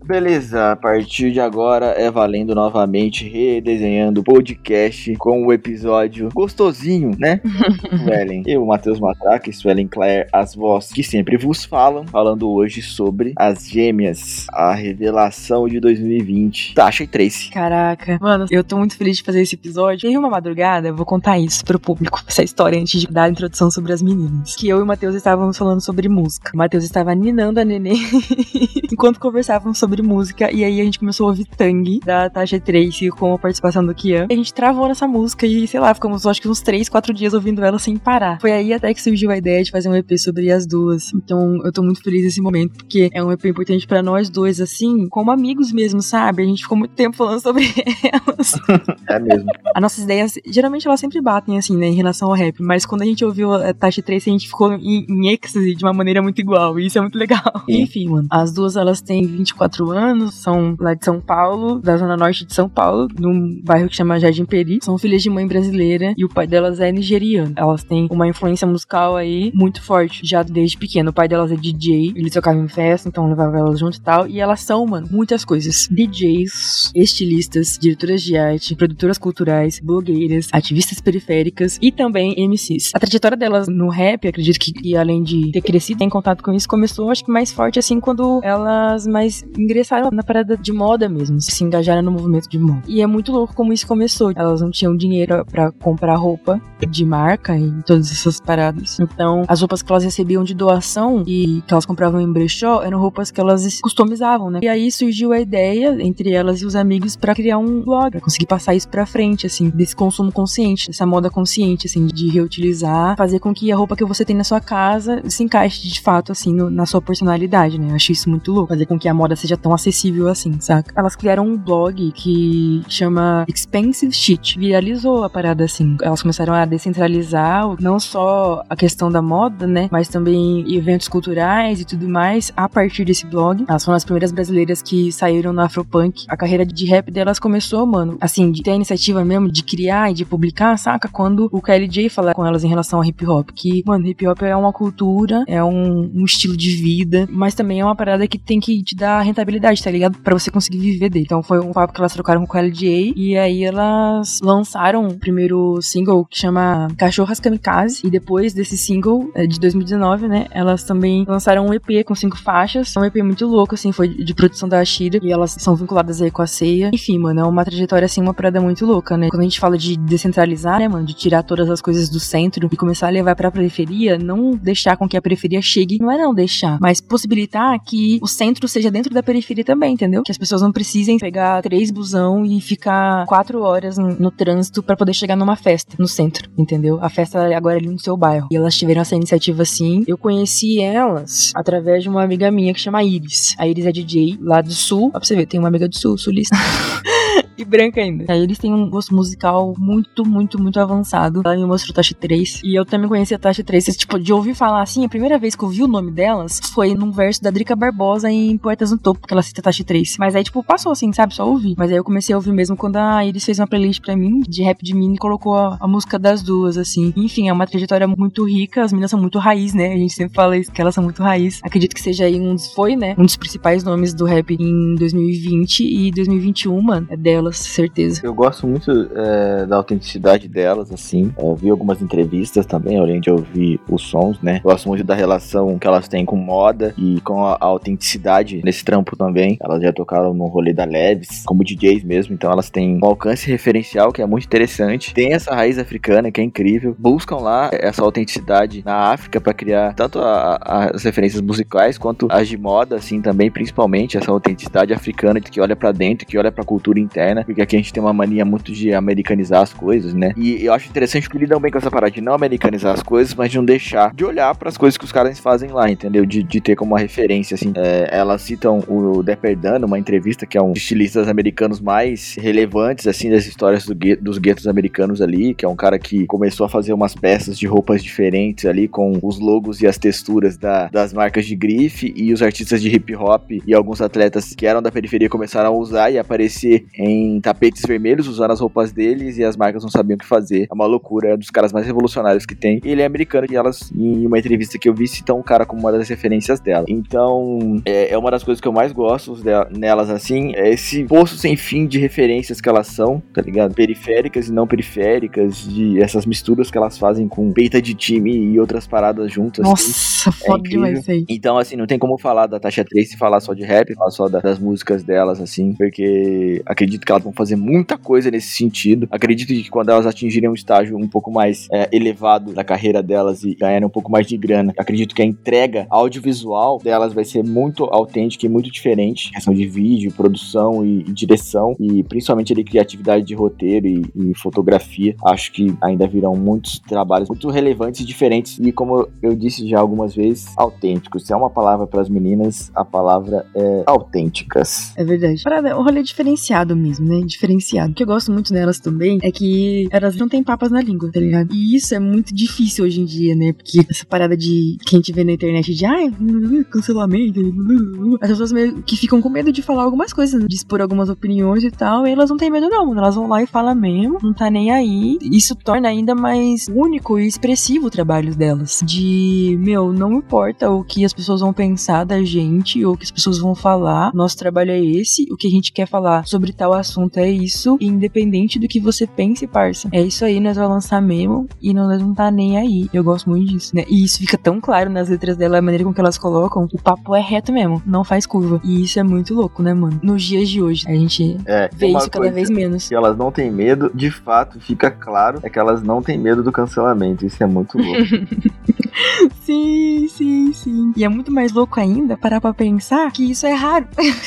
Beleza, a partir de agora é valendo novamente, redesenhando o podcast com o episódio gostosinho, né? Suelen, eu, Matheus Matraca e Suelen Claire, as vozes que sempre vos falam, falando hoje sobre as gêmeas, a revelação de 2020, Tasha e Tracie. Caraca, mano, eu tô muito feliz de fazer esse episódio. Teve uma madrugada, eu vou contar isso pro público, essa história antes de dar a introdução sobre as meninas. Que eu e o Matheus estávamos falando sobre música. O Matheus estava ninando a neném enquanto conversávamos sobre música, e aí a gente começou a ouvir Tang, da Tasha e Tracie, com a participação do Kian. E a gente travou nessa música e, sei lá, ficamos acho que uns 3, 4 dias ouvindo ela sem parar. Foi aí até que surgiu a ideia de fazer um EP sobre as duas. Então eu tô muito feliz nesse momento, porque é um EP importante pra nós dois, assim, como amigos mesmo, sabe? A gente ficou muito tempo falando sobre elas. É mesmo. As nossas ideias, geralmente elas sempre batem, assim, né, em relação ao rap, mas quando a gente ouviu a Tasha e Tracie, a gente ficou em êxtase de uma maneira muito igual, e isso é muito legal. Sim. Enfim, mano, as duas, elas têm 24 anos, são lá de São Paulo, da zona norte de São Paulo, num bairro que chama Jardim Peri. São filhas de mãe brasileira e o pai delas é nigeriano. Elas têm uma influência musical aí muito forte, já desde pequeno. O pai delas é DJ, ele tocava em festa, então levava elas junto e tal, e elas são, mano, muitas coisas. DJs, estilistas, diretoras de arte, produtoras culturais, blogueiras, ativistas periféricas e também MCs. A trajetória delas no rap, acredito que além de ter crescido em contato com isso, começou, acho que mais forte, assim, quando elas mais ingressaram na parada de moda mesmo, se engajaram no movimento de moda. E é muito louco como isso começou. Elas não tinham dinheiro pra comprar roupa de marca e todas essas paradas. Então, as roupas que elas recebiam de doação e que elas compravam em brechó eram roupas que elas customizavam, né? E aí surgiu a ideia, entre elas e os amigos, pra criar um blog, pra conseguir passar isso pra frente, assim, desse consumo consciente, dessa moda consciente, assim, de reutilizar, fazer com que a roupa que você tem na sua casa se encaixe de fato, assim, na sua personalidade, né? Eu acho isso muito louco, fazer com que a moda seja tão acessível assim, saca? Elas criaram um blog que chama Expensive Shit, viralizou a parada, assim. Elas começaram a descentralizar não só a questão da moda, né, mas também eventos culturais e tudo mais a partir desse blog. Elas foram as primeiras brasileiras que saíram no Afropunk. A carreira de rap delas começou, mano, assim, de ter a iniciativa mesmo de criar e de publicar, saca? Quando o KLJ fala com elas em relação ao hip hop, que, mano, hip hop é uma cultura, é um estilo de vida, mas também é uma parada que tem que te dar rentabilidade, tá ligado? Pra você conseguir viver dele. Então foi um papo que elas trocaram com o KLJ e aí elas lançaram o primeiro single que chama Cachorras Kamikaze, e depois desse single de 2019, né, elas também lançaram um EP com 5 faixas. É um EP muito louco, assim, foi de produção da Ashira, e elas são vinculadas aí com a Ceia. Enfim, mano, é uma trajetória, assim, uma parada muito louca, né? Quando a gente fala de descentralizar, né, mano, de tirar todas as coisas do centro e começar a levar pra periferia, não deixar com que a periferia chegue, não é não deixar, mas possibilitar que o centro seja dentro da periferia também, entendeu? Que as pessoas não precisem pegar 3 busão e ficar 4 horas no trânsito pra poder chegar numa festa no centro, entendeu? A festa agora é ali no seu bairro. E elas tiveram essa iniciativa assim. Eu conheci elas através de uma amiga minha que chama Iris. A Iris é DJ lá do Sul. Ó, pra você ver, tem uma amiga do Sul, sulista. E branca ainda. Aí eles têm um gosto musical muito, muito, muito avançado. Ela me mostrou Tasha e Tracie. E eu também conheci a Tasha e Tracie, tipo, de ouvir falar assim, a primeira vez que eu vi o nome delas foi num verso da Drica Barbosa em Poetas no Topo, que ela cita Tasha e Tracie. Mas aí, tipo, passou assim, sabe? Só ouvi. Mas aí eu comecei a ouvir mesmo quando a Iris fez uma playlist pra mim, de rap de mini, e colocou a música das duas, assim. Enfim, é uma trajetória muito rica. As meninas são muito raiz, né? A gente sempre fala isso, que elas são muito raiz. Acredito que seja aí um dos principais nomes do rap em 2020 e 2021, mano. É delas, certeza. Eu gosto muito da autenticidade delas, assim. Eu vi algumas entrevistas também, além de ouvir os sons, né? Gosto muito da relação que elas têm com moda e com a autenticidade nesse trampo também. Elas já tocaram no rolê da Leves, como DJs mesmo, então elas têm um alcance referencial que é muito interessante. Tem essa raiz africana que é incrível. Buscam lá essa autenticidade na África pra criar tanto as referências musicais quanto as de moda, assim, também, principalmente essa autenticidade africana que olha pra dentro, que olha pra cultura interna, porque aqui a gente tem uma mania muito de americanizar as coisas, né? E eu acho interessante que lidam bem com essa parada de não americanizar as coisas, mas de não deixar de olhar pras coisas que os caras fazem lá, entendeu? De ter como uma referência, assim. Elas citam o Dapper Dan, uma entrevista, que é um dos estilistas americanos mais relevantes, assim, das histórias dos guetos americanos ali, que é um cara que começou a fazer umas peças de roupas diferentes ali, com os logos e as texturas das marcas de grife, e os artistas de hip hop e alguns atletas que eram da periferia começaram a usar e aparecer em tem tapetes vermelhos usando as roupas deles e as marcas não sabiam o que fazer. É uma loucura, é um dos caras mais revolucionários que tem. E ele é americano e elas, em uma entrevista que eu vi, citam o cara como uma das referências dela. Então, é uma das coisas que eu mais gosto nelas, assim, é esse poço sem fim de referências que elas são, tá ligado? Periféricas e não periféricas, de essas misturas que elas fazem com peita de time e outras paradas juntas. Nossa, assim, foda demais isso aí. Então, assim, não tem como falar da Tasha Tracie e falar só de rap, falar só das músicas delas, assim, porque acredito que elas vão fazer muita coisa nesse sentido. Acredito que quando elas atingirem um estágio um pouco mais elevado da carreira delas e ganharem um pouco mais de grana, acredito que a entrega audiovisual delas vai ser muito autêntica e muito diferente. Questão de vídeo, produção e direção, e principalmente ali criatividade de roteiro e fotografia. Acho que ainda virão muitos trabalhos muito relevantes e diferentes, e como eu disse já algumas vezes, autênticos. Se é uma palavra para as meninas, a palavra é autênticas. É verdade. Parada, o rolê é diferenciado mesmo, né? Diferenciado. O que eu gosto muito delas também é que elas não têm papas na língua, tá ligado? E isso é muito difícil hoje em dia, né? Porque essa parada de que a gente vê na internet de cancelamento, as pessoas meio que ficam com medo de falar algumas coisas, de expor algumas opiniões e tal, e elas não têm medo não, elas vão lá e falam mesmo, não tá nem aí. Isso torna ainda mais único e expressivo o trabalho delas. De, não importa o que as pessoas vão pensar da gente, ou o que as pessoas vão falar, nosso trabalho é esse, o que a gente quer falar sobre tal assunto é isso, e independente do que você pense, parça, é isso aí, nós vamos lançar mesmo, e nós não tá nem aí. Eu gosto muito disso, né? E isso fica tão claro nas letras dela, a maneira com que elas colocam, o papo é reto mesmo, não faz curva. E isso é muito louco, né, mano? Nos dias de hoje, a gente vê isso cada vez menos. Que elas não têm medo, de fato, fica claro, é que elas não têm medo do cancelamento. Isso é muito louco. Sim. E é muito mais louco ainda parar pra pensar que isso é raro.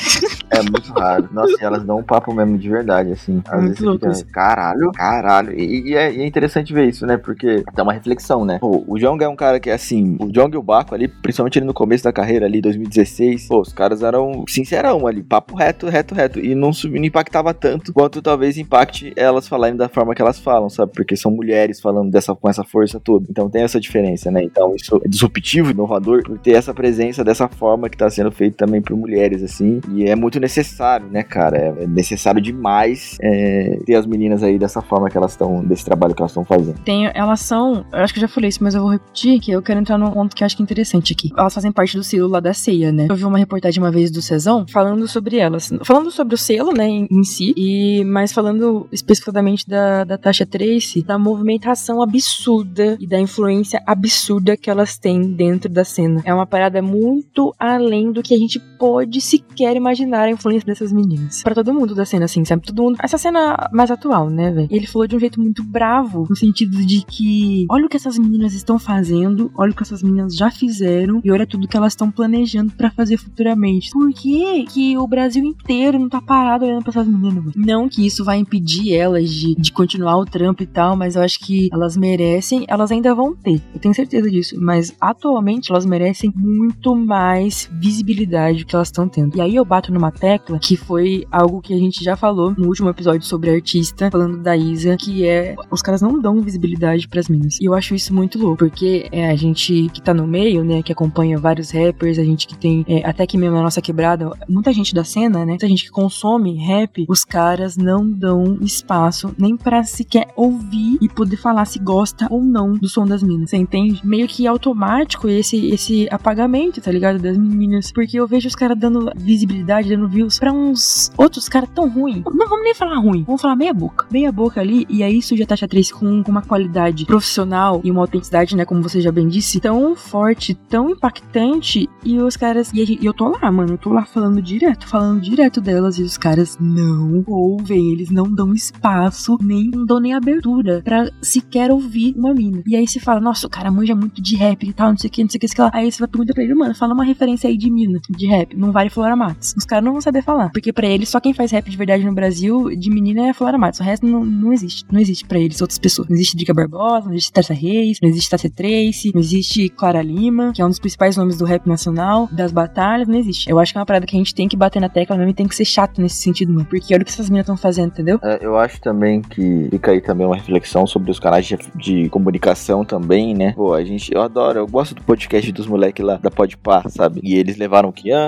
É muito raro. Nossa, e elas dão um papo mesmo de verdade, assim. Às muito vezes louco fica, caralho. E é interessante ver isso, né? Porque dá uma reflexão, né? Pô, o Jong é um cara que, assim, o Jong e o Baco ali, principalmente ali no começo da carreira ali, 2016, pô, os caras eram sincerão ali, papo reto. E não impactava tanto quanto talvez impacte elas falarem da forma que elas falam, sabe? Porque são mulheres falando com essa força toda. Então tem essa diferença, né? Então isso é disruptivo, inovador, por ter essa presença dessa forma que tá sendo feito também por mulheres, assim. E é muito necessário, né, cara? É necessário demais ter as meninas aí dessa forma que elas estão, desse trabalho que elas estão fazendo. Elas são, eu acho que eu já falei isso, mas eu vou repetir, que eu quero entrar num ponto que eu acho que é interessante aqui. Elas fazem parte do selo lá da Ceia, né? Eu vi uma reportagem uma vez do Cezão falando sobre elas. Falando sobre o selo, né, em si, mas falando especificamente da Tasha Tracie, da movimentação absurda e da influência absurda que elas têm dentro da cena. É uma parada muito além do que a gente pode sequer imaginar a influência dessas meninas. Pra todo mundo da cena, assim, sabe? Todo mundo. Essa cena mais atual, né, velho? Ele falou de um jeito muito bravo, no sentido de que olha o que essas meninas estão fazendo, olha o que essas meninas já fizeram e olha tudo que elas estão planejando pra fazer futuramente. Por que o Brasil inteiro não tá parado olhando pra essas meninas, velho? Não que isso vai impedir elas de continuar o trampo e tal, mas eu acho que elas merecem, elas ainda vão ter, eu tenho certeza disso, mas atualmente elas merecem muito mais visibilidade do que elas estão tendo. E aí eu bato numa tecla que foi algo que a gente já falou no último episódio sobre a artista, falando da Isa, que os caras não dão visibilidade pras minas. E eu acho isso muito louco, porque a gente que tá no meio, né, que acompanha vários rappers, a gente que tem, até que mesmo na nossa quebrada, muita gente da cena, né, muita gente que consome rap, os caras não dão espaço nem pra sequer ouvir e poder falar se gosta ou não do som das minas, você entende? Meio que automático esse apagamento, tá ligado? Das meninas, porque eu vejo os caras dando visibilidade, dando views pra uns outros caras tão ruins. Não vamos nem falar ruim, vamos falar meia boca ali, e aí surge a Tasha Tracie com uma qualidade profissional e uma autenticidade, né, como você já bem disse, tão forte, tão impactante, e os caras, e eu tô lá, mano, eu tô lá falando direto delas, e os caras não ouvem, eles não dão espaço, não dão nem abertura pra sequer ouvir uma mina. E aí você fala, nossa, o cara manja muito de rap e tal, não sei o que lá. Aí você vai perguntar pra ele, mano, fala uma referência aí de mina, de rap, não vale Flora Matos. Os caras não vão saber falar, porque pra eles, só quem faz rap de verdade no Brasil, de menina, é Flora Matos. O resto não existe. Não existe pra eles outras pessoas. Não existe Drica Barbosa, não existe Tasha Reis, não existe Tasha Tracie, não existe Clara Lima, que é um dos principais nomes do rap nacional, das batalhas, não existe. Eu acho que é uma parada que a gente tem que bater na tecla mesmo e tem que ser chato nesse sentido, mano, porque olha o que essas meninas estão fazendo, entendeu? Eu acho também que fica aí também uma reflexão sobre os canais de comunicação também, né? Pô, eu gosto do podcast dos moleques lá da Podpah, sabe? E eles levaram que,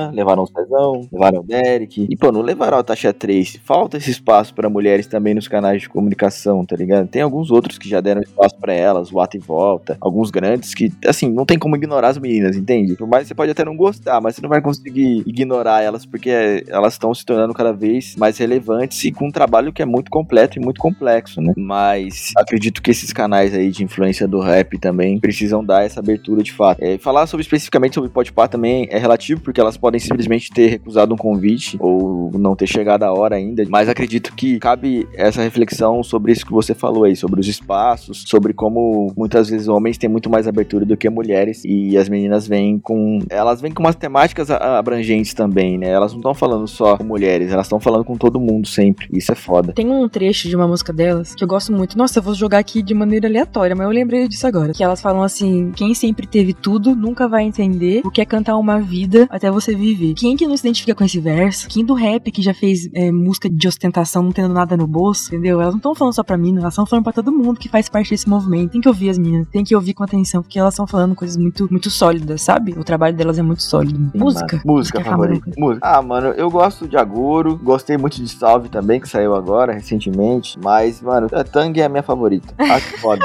Ian, levaram o Cezão, levaram o Derek. E, pô, não levaram a Tasha Trace. Falta esse espaço pra mulheres também nos canais de comunicação, tá ligado? Tem alguns outros que já deram espaço pra elas, o Ata e Volta. Alguns grandes que, assim, não tem como ignorar as meninas, entende? Por mais que você pode até não gostar, mas você não vai conseguir ignorar elas, porque elas estão se tornando cada vez mais relevantes e com um trabalho que é muito completo e muito complexo, né? Mas acredito que esses canais aí de influência do rap também precisam dar essa abertura de fato. Falar especificamente sobre Podpah também é relativo, porque elas podem simplesmente ter recusado um convite ou não ter chegado a hora ainda, mas acredito que cabe essa reflexão sobre isso que você falou aí, sobre os espaços, sobre como muitas vezes homens têm muito mais abertura do que mulheres, e as meninas vêm com umas temáticas abrangentes também, né? Elas não estão falando só com mulheres, elas estão falando com todo mundo sempre. Isso é foda. Tem um trecho de uma música delas que eu gosto muito. Nossa, eu vou jogar aqui de maneira aleatória, mas eu lembrei disso agora. Que elas falam assim: quem sempre teve tudo nunca vai entender o que é cantar uma vida até você viver. Quem que não se identifica com esse verso? Quem do rap que já fez música de ostentação não tendo nada no bolso, entendeu? Elas não estão falando só pra mim, elas estão falando pra todo mundo que faz parte desse movimento. Tem que ouvir as meninas, tem que ouvir com atenção, porque elas estão falando coisas muito, muito sólidas, sabe? O trabalho delas é muito sólido. Música favorita. Música. Ah, mano, eu gosto de Aguro, gostei muito de Salve também, que saiu agora, recentemente, mas, mano, Tang é a minha favorita. Acho foda.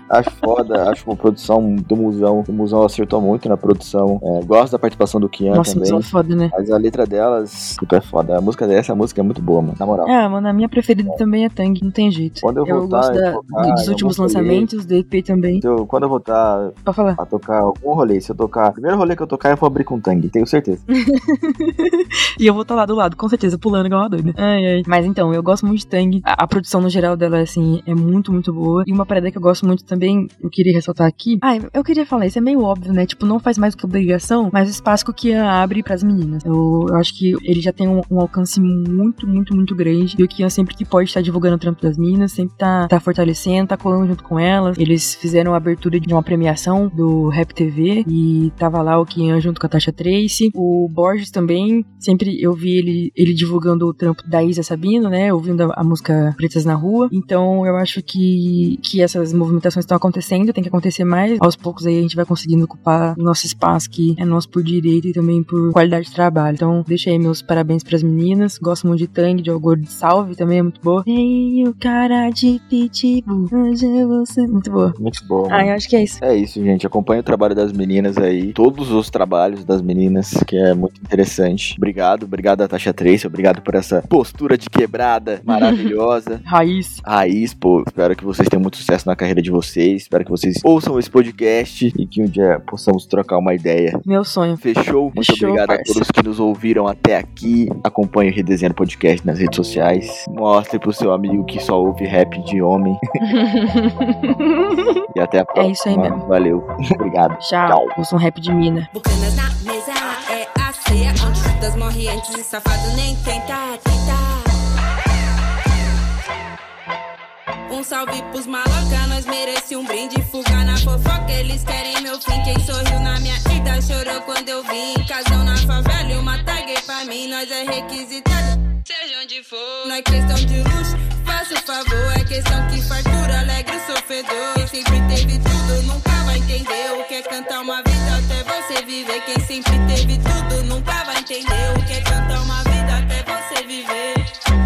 Acho uma produção do Musão. O Musão acertou muito na produção. Gosto da participação do Kian também. Nossa, foda, né? Mas a letra delas, puta, é foda. Essa música é muito boa, mano, na moral. Mano, a minha preferida também é Tang, não tem jeito. Quando eu gosto dos últimos lançamentos, do EP também. Quando eu voltar a tocar algum rolê, se eu tocar, o primeiro rolê que eu tocar, eu vou abrir com Tang, tenho certeza. E eu vou estar lá do lado, com certeza, pulando igual uma doida. Mas então, eu gosto muito de Tang. A produção no geral dela, assim, é muito, muito boa. E uma parada que eu gosto muito também, eu queria ressaltar aqui. Eu queria falar, isso é meio óbvio, né? Tipo, não faz mais do que obrigação, mas o espaço que o Kian abre pras meninas. Eu acho que ele já tem um alcance muito, muito, muito grande. E o Kian sempre que pode estar divulgando o trampo das meninas, sempre tá fortalecendo, tá colando junto com elas. Eles fizeram a abertura de uma premiação do Rap TV e tava lá o Kian junto com a Tasha Trace. O Borges também, sempre eu vi ele divulgando o trampo da Isa Sabino, né? Ouvindo a música Pretas na Rua. Então eu acho que essas movimentações estão acontecendo, tem que acontecer mais. Aos poucos aí a gente vai conseguindo ocupar o nosso espaço, que é nosso por direito e também por qualidade de trabalho. Então deixa aí meus parabéns pras meninas. Gosto muito de Tang, de Aguro, de Salve também, é muito boa. E o cara de Pitbull, hoje é você. Muito boa. Muito boa. Eu acho que é isso. É isso, gente. Acompanha o trabalho das meninas aí. Todos os trabalhos das meninas, que é muito interessante. Obrigado a Tasha Trace. Obrigado por essa postura de quebrada maravilhosa. Raiz, pô. Espero que vocês tenham muito sucesso na carreira de vocês. Espero que vocês ouçam esse podcast e que um dia possamos trocar uma ideia. Meu sonho. Fechou? Muito obrigado a todos que nos ouviram até aqui. Acompanhe o Redesenho Podcast nas redes sociais. Mostre pro seu amigo que só ouve rap de homem. E até a próxima. É isso aí mesmo. Valeu. Obrigado. Tchau. Ouça um rap de mina. Bucanas na mesa, é a ceia onde Judas morre antes e safado nem tenta. Um salve pros maloca, nós merece um brinde. Fuga na fofoca, eles querem meu fim. Quem sorriu na minha ida chorou quando eu vim. Casão na favela e uma tag pra mim. Nós é requisitado, seja onde for. Não é questão de luxo, faça o favor. É questão que fartura, alegre o sofredor. Quem sempre teve tudo nunca vai entender o que é cantar uma vida até você viver. Quem sempre teve tudo nunca vai entender o que é cantar uma vida até você viver.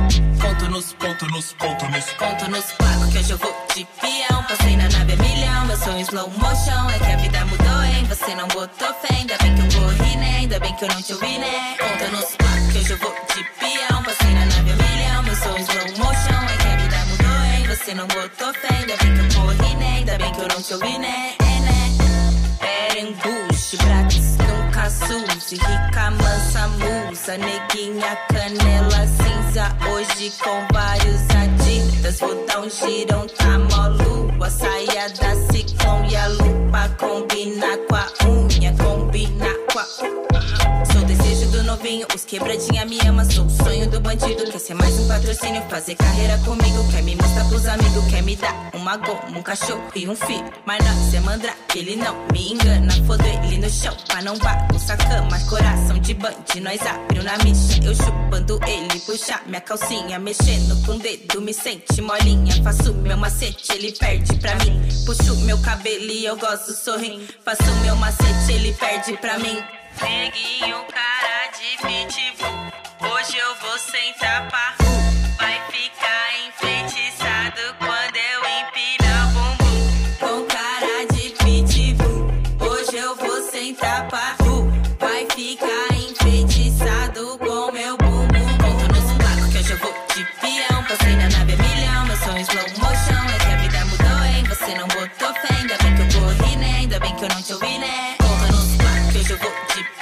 Ponto nos placos que hoje eu vou de peão. Passei na nave a milhão, meu sonho slow motion. É que a vida mudou, hein? Você não botou fé. Ainda bem que eu corri, né? Ainda bem que eu não te ouvi, né? Ponto nos placos que hoje eu vou de peão. Passei na nave a milhão, meu sonho slow motion. É que a vida mudou, hein? Você não botou fé. Ainda bem que eu corri, né? Ainda bem que eu não te ouvi, né? Berenguste, Bratis, nunca Suzy, rica, mansa, musa, neguinha, canela cinza. Hoje com vários adidas, vou dar um girão, tá mó lua. Saia da Ciclone e a lupa combina com a unha, combina com a... Sou desejo do novinho, os quebradinha me ama. Sou o sonho do bandido, quer ser mais um patrocínio. Fazer carreira comigo, quer me mostrar pros amigos. Quer me dar uma goma, um cachorro e um filho. Mas nós é mandrake, ele não me engana. Fodo ele no chão, pra não bagunçar a cama. Coração de band, nós abriu na micha. Eu chupando ele, puxar minha calcinha. Mexendo com o dedo, me sente molinha. Faço meu macete, ele perde pra mim. Puxo meu cabelo e eu gosto sorrindo. Faço meu macete, ele perde pra mim. Neguinho, cara de pitbull, hoje eu vou sentar pra vai ficar enfeitiçado quando eu empinar o bumbum. Com cara de pitbull, hoje eu vou sentar pra vai ficar enfeitiçado com meu bumbum. Conto no sovaco que hoje eu vou de peão. Passei na nave a milhão, meu som em slow motion. É que a vida mudou, hein? Você não botou fé. Ainda bem que eu corri, né? Ainda bem que eu não te ouvi, né? Conto no sovaco que hoje eu vou de